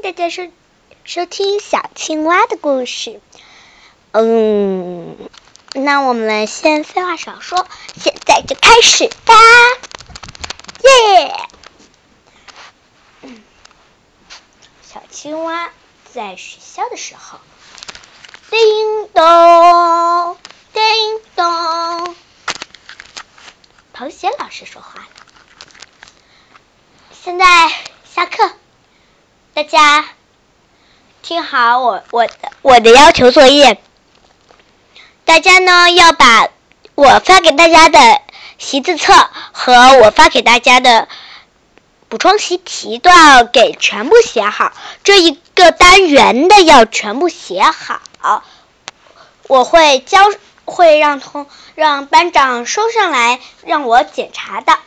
大家收听小青蛙的故事。那我们先废话少说，现在就开始吧，耶！小青蛙在学校的时候，叮咚叮咚，螃蟹老师说话了。现在下课，大家听好我的要求作业。大家呢要把我发给大家的习字册和我发给大家的补充习题都要给全部写好，这一个单元的要全部写好。我会让班长收上来让我检查的。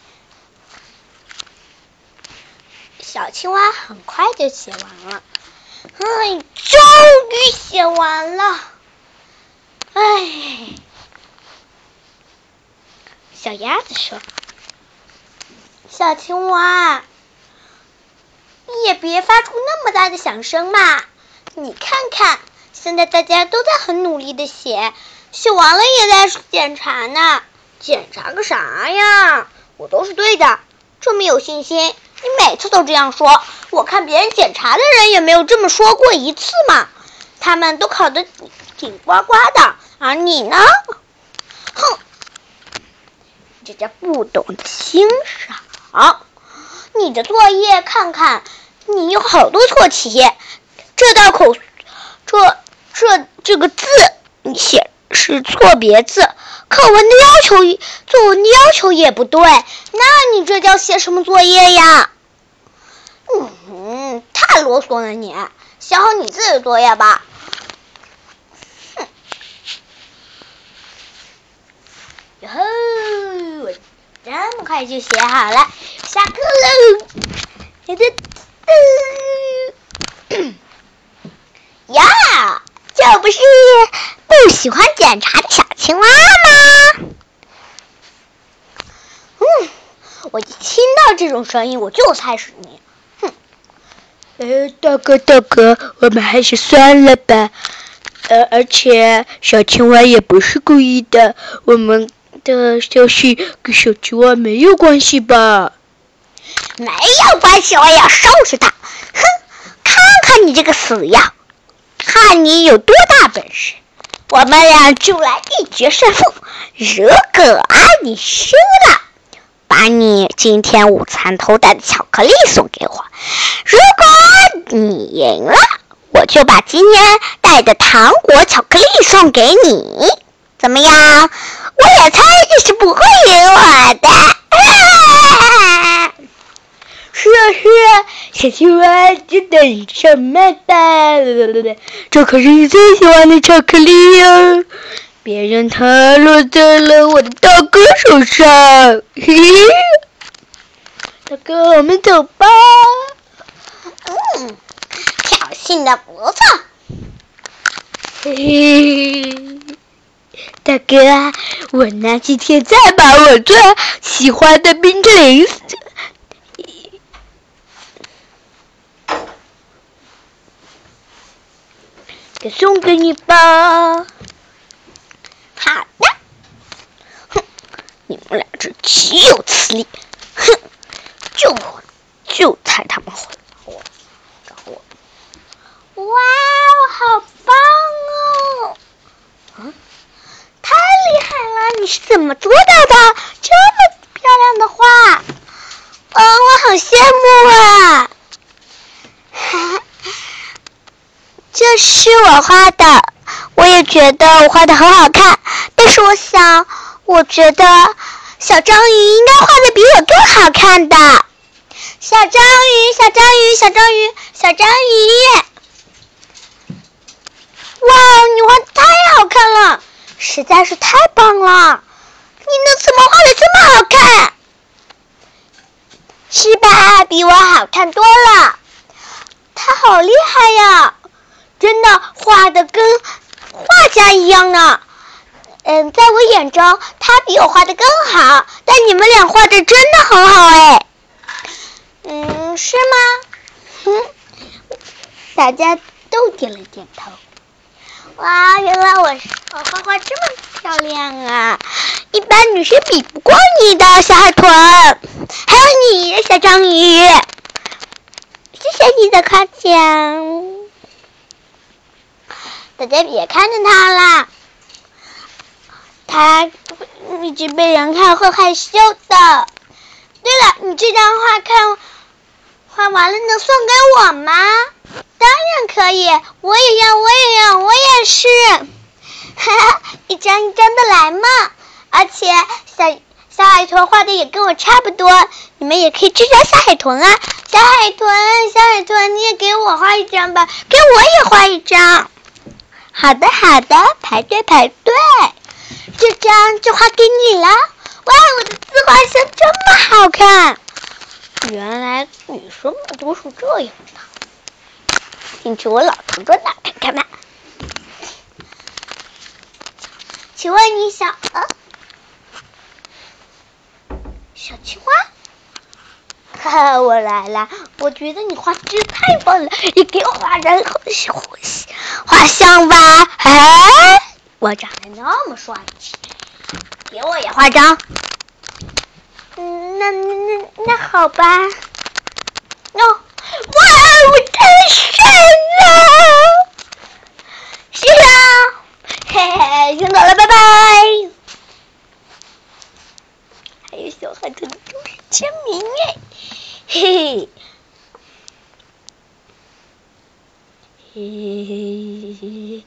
小青蛙很快就写完了，终于写完了。小鸭子说：“小青蛙，你也别发出那么大的响声嘛！你看看，现在大家都在很努力的写，写完了也在检查呢。检查个啥呀？我都是对的，这么有信心。你每次都这样说，我看别人检查的人也没有这么说过一次嘛。他们都考得挺呱呱的，而你呢？哼！这叫不懂得欣赏。你的作业看看，你有好多错题，这个字你写是错别字，作文的要求也不对，那你这叫写什么作业呀？太啰嗦了你，写好你自己的作业吧。哟吼，我这么快就写好了，下课喽！呀，这不是不喜欢检查的小青蛙吗？我一听到这种声音，我就猜是你。大哥，我们还是算了吧。而且小青蛙也不是故意的，我们的消息跟小青蛙没有关系吧？没有关系，我要收拾他！看看你这个死样，看你有多大本事！我们俩就来一决胜负。如果你输了，把你今天午餐偷带的巧克力送给我；如果你赢了，我就把今天带的糖果巧克力送给你。怎么样？我也猜你是不会赢我的。是啊，小青蛙就等什么吧？这可是你最喜欢的巧克力哟！别让它落在了我的大哥手上。大哥，我们走吧。挑衅的不错。大哥啊，我拿几天再把我最喜欢的冰淇淋给送给你吧。好的。你们俩这岂有此理！就猜他们会找我。哇，好棒哦！太厉害了！你是怎么做到的？这么漂亮的画，我好羡慕啊！这是我画的，我也觉得我画的很好看，但是我觉得小章鱼应该画的比我更好看的。小章鱼，哇，你画的太好看了，实在是太棒了！你怎么画的这么好看？是吧？比我好看多了。他好厉害呀！真的画的跟画家一样呢。在我眼中，他比我画的更好，但你们俩画的真的很好哎。是吗？ 大家都点了点头。哇，原来我画画这么漂亮啊！一般女生比不过你的，小海豚，还有你，小章鱼。谢谢你的夸奖。大家别看着他啦，他一直被人看会害羞的。对了，你这张画完了能送给我吗？当然可以，我也要，我也是。哈哈，一张一张的来嘛。而且小海豚画的也跟我差不多，你们也可以去找小海豚啊。小海豚，你也给我画一张吧，给我也画一张。好的，排队。这张就画给你了。哇，我的自画像这么好看！原来女生们都是这样的。进去我老头桌打看看吧。请问你小青蛙？哈哈，我来了！我觉得你画真太棒了，你给我画张画像吧。哎，我长得那么帅气，给我也画张。那好吧。哇，我太帅了！是啊，嘿嘿，用到了，拜拜。还有小海豚的忠实签名哎，嘿嘿。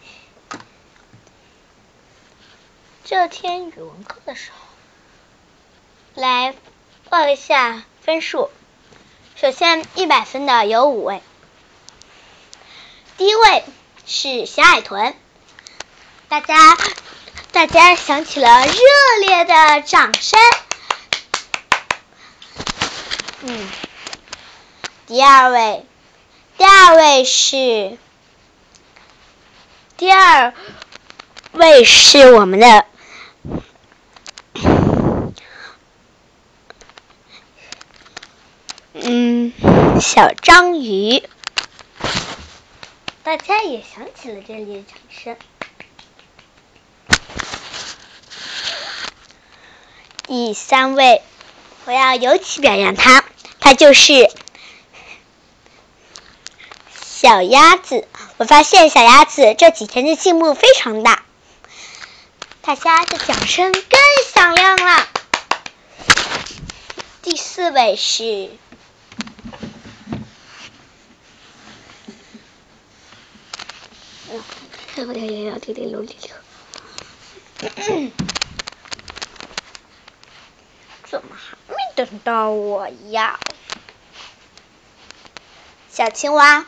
这天语文课的时候，来报一下分数。首先100分的有5位，第一位是小海豚，大家响起了热烈的掌声。第二位是我们的小章鱼，大家也响起了热烈的掌声。第3位，我要尤其表扬他就是小鸭子。我发现小鸭子这几天的进步非常大，大家的掌声更响亮了。第4位是怎么还没等到我呀？小青蛙，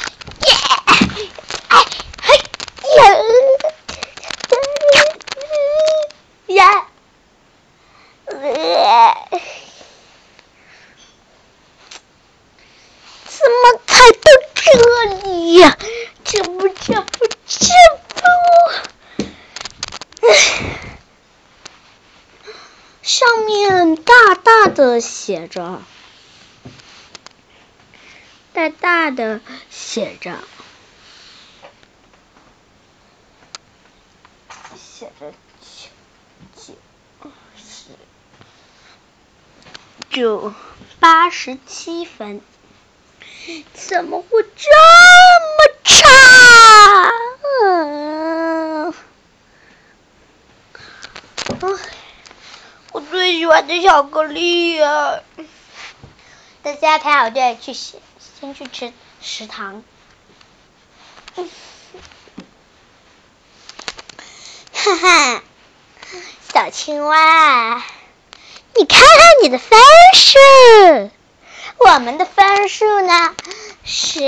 怎么才到这里呀？这不，上面大大的写着87分，怎么会这么差？我最喜欢的巧克力呀！大家排好队先去吃食堂。哈哈，小青蛙，你看看你的分数。我们的分数呢是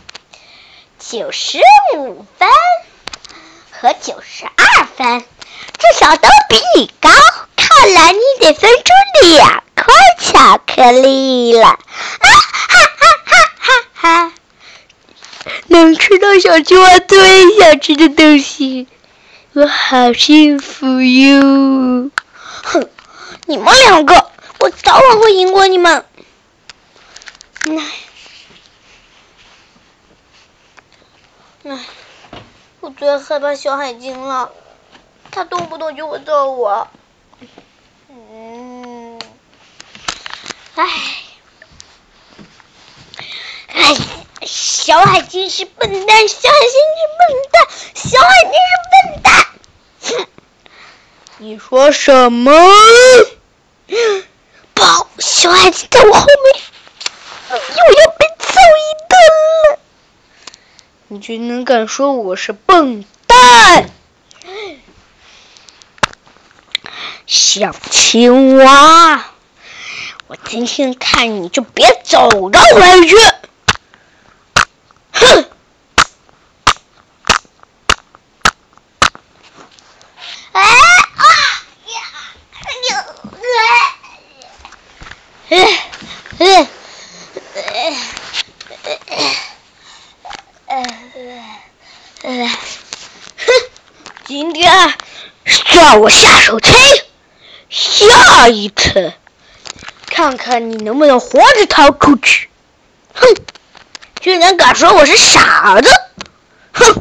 95分和92分，至少都比你高。看来你得分出2块巧克力了。能吃到小青蛙最想吃的东西，我好幸福哟！哼，你们2个，我早晚会赢过你们。 我最害怕小海鲸了，它动不动就会揍我。小海鲸是笨蛋，小海鲸是笨蛋，小海鲸是笨蛋。 你说什么？ 不，小海鲸在我后面，又要被揍一顿了。 你居然敢说我是笨蛋！小青蛙，我今天看你就别走了回去！哼！今天算我下手轻，下一次看看你能不能活着逃出去！哼！居然敢说我是傻子！哼！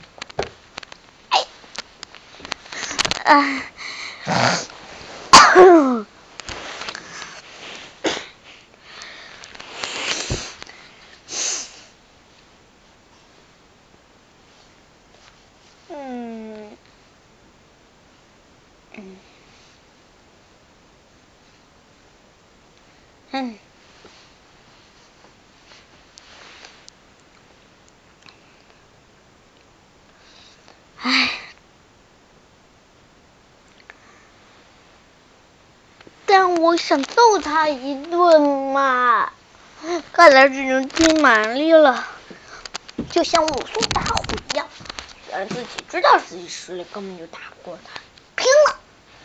但我想揍他一顿嘛，看来只能听蛮力了。就像武松打虎一样，虽然自己知道自己实力根本就打不过他，拼了！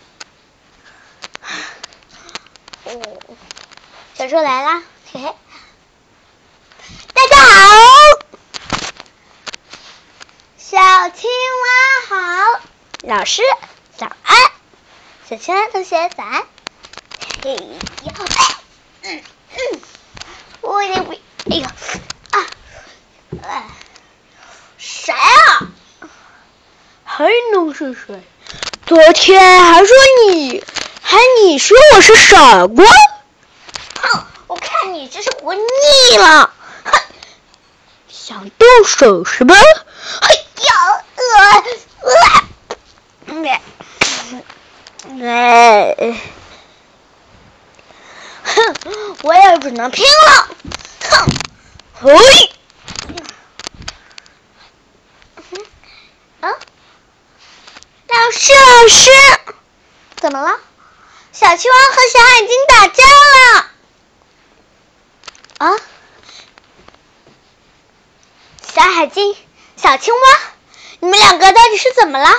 小兽来啦，嘿嘿！大家好，小青蛙好，老师早安，小青蛙同学早安。嘿呀，我也不，哎呀，谁啊？还能是谁？昨天还说你说我是傻瓜。哼，我看你真是活腻了。哼，想动手是吧？嘿呀，哼，我也只能拼了。哼，嘿。老师，怎么了？小青蛙和小海鲸打架了。啊？小海鲸，小青蛙，你们两个到底是怎么了？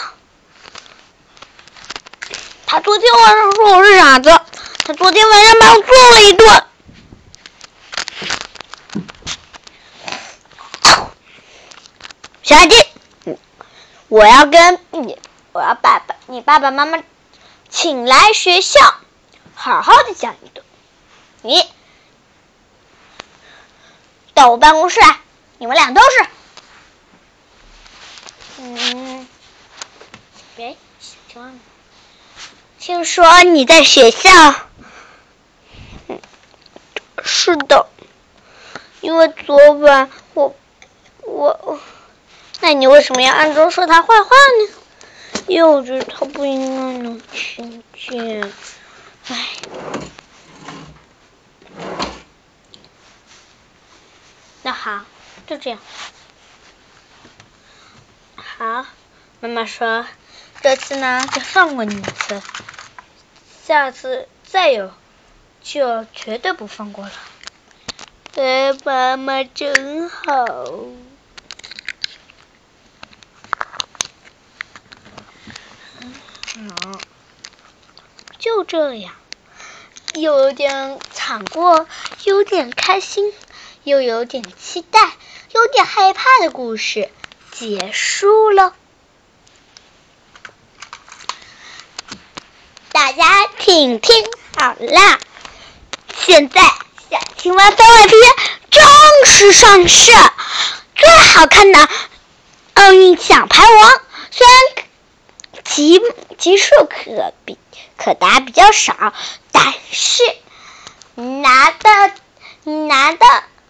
他昨天晚上说我是傻子，他昨天晚上把我揍了一顿。小海鲸，我要把你爸爸妈妈请来学校，好好的讲一顿。你到我办公室来，你们俩都是。听说你在学校？是的，因为昨晚我，那你为什么要暗中说他坏话呢？因为我觉得他不应该能听见。那好，就这样。好，妈妈说这次呢就放过你一次，下次再有就绝对不放过了。妈妈真好。就这样，有点惨过，有点开心，又有点期待，有点害怕的故事结束了。大家听听好啦，现在小青蛙番外篇正式上市，最好看的奥运奖牌王，虽然级数可达比较少，但是拿的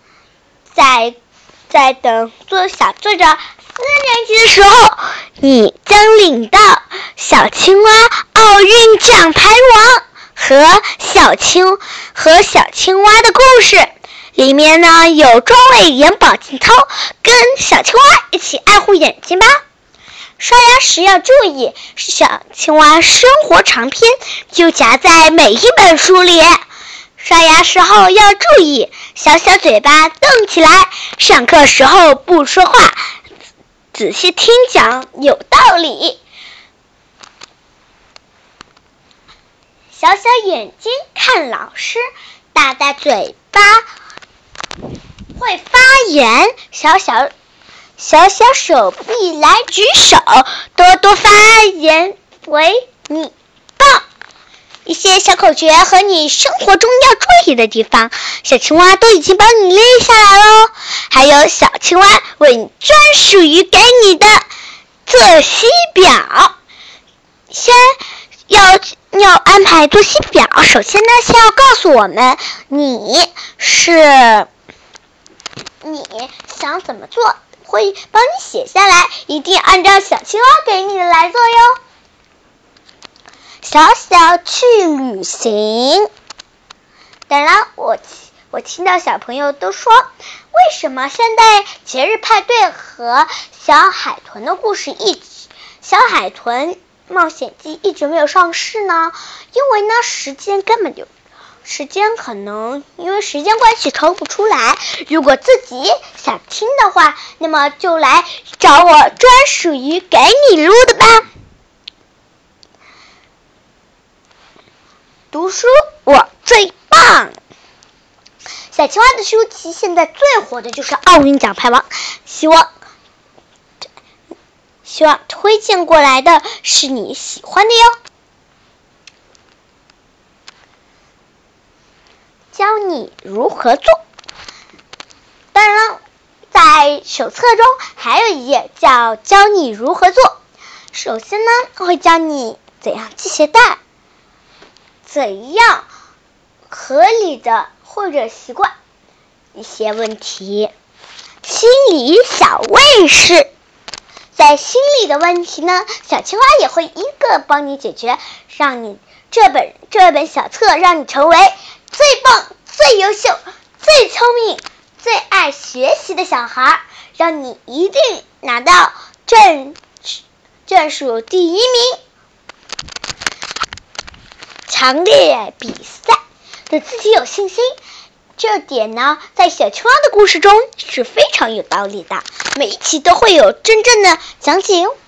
在等做小作者4年级的时候，你将领到小青蛙奥运奖牌王和小青蛙的故事。里面呢有庄伟元宝镜头，跟小青蛙一起爱护眼睛吧。刷牙时要注意，小青蛙生活长篇就夹在每一本书里。刷牙时候要注意，小小嘴巴瞪起来，上课时候不说话，仔细听讲有道理。小小眼睛看老师，大大嘴巴会发言，小小手臂来举手，多多发言为你棒。一些小口诀和你生活中要注意的地方，小青蛙都已经帮你列下来咯。还有小青蛙为你专属于给你的作息表。先要安排作息表，首先呢先要告诉我们你想怎么做，会帮你写下来，一定按照小青蛙给你的来做哟。小小去旅行。当然我听到小朋友都说，为什么现在节日派对和小海豚的故事小海豚冒险记一直没有上市呢？因为呢时间可能因为时间关系抽不出来，如果自己想听的话，那么就来找我专属于给你录的吧。读书我最棒。小青蛙的书籍现在最火的就是奥运奖牌王，希望推荐过来的是你喜欢的哟。教你如何做。当然了，在手册中还有一页叫教你如何做。首先呢，会教你怎样系鞋带，怎样合理的或者习惯一些问题。心理小卫士，在心理的问题呢，小青蛙也会一个帮你解决，让你这本小册让你成为最棒、最优秀、最聪明、最爱学习的小孩，让你一定拿到正数第1名。强烈比赛，对自己有信心，这点呢在小青蛙的故事中是非常有道理的，每一期都会有真正的讲解哟。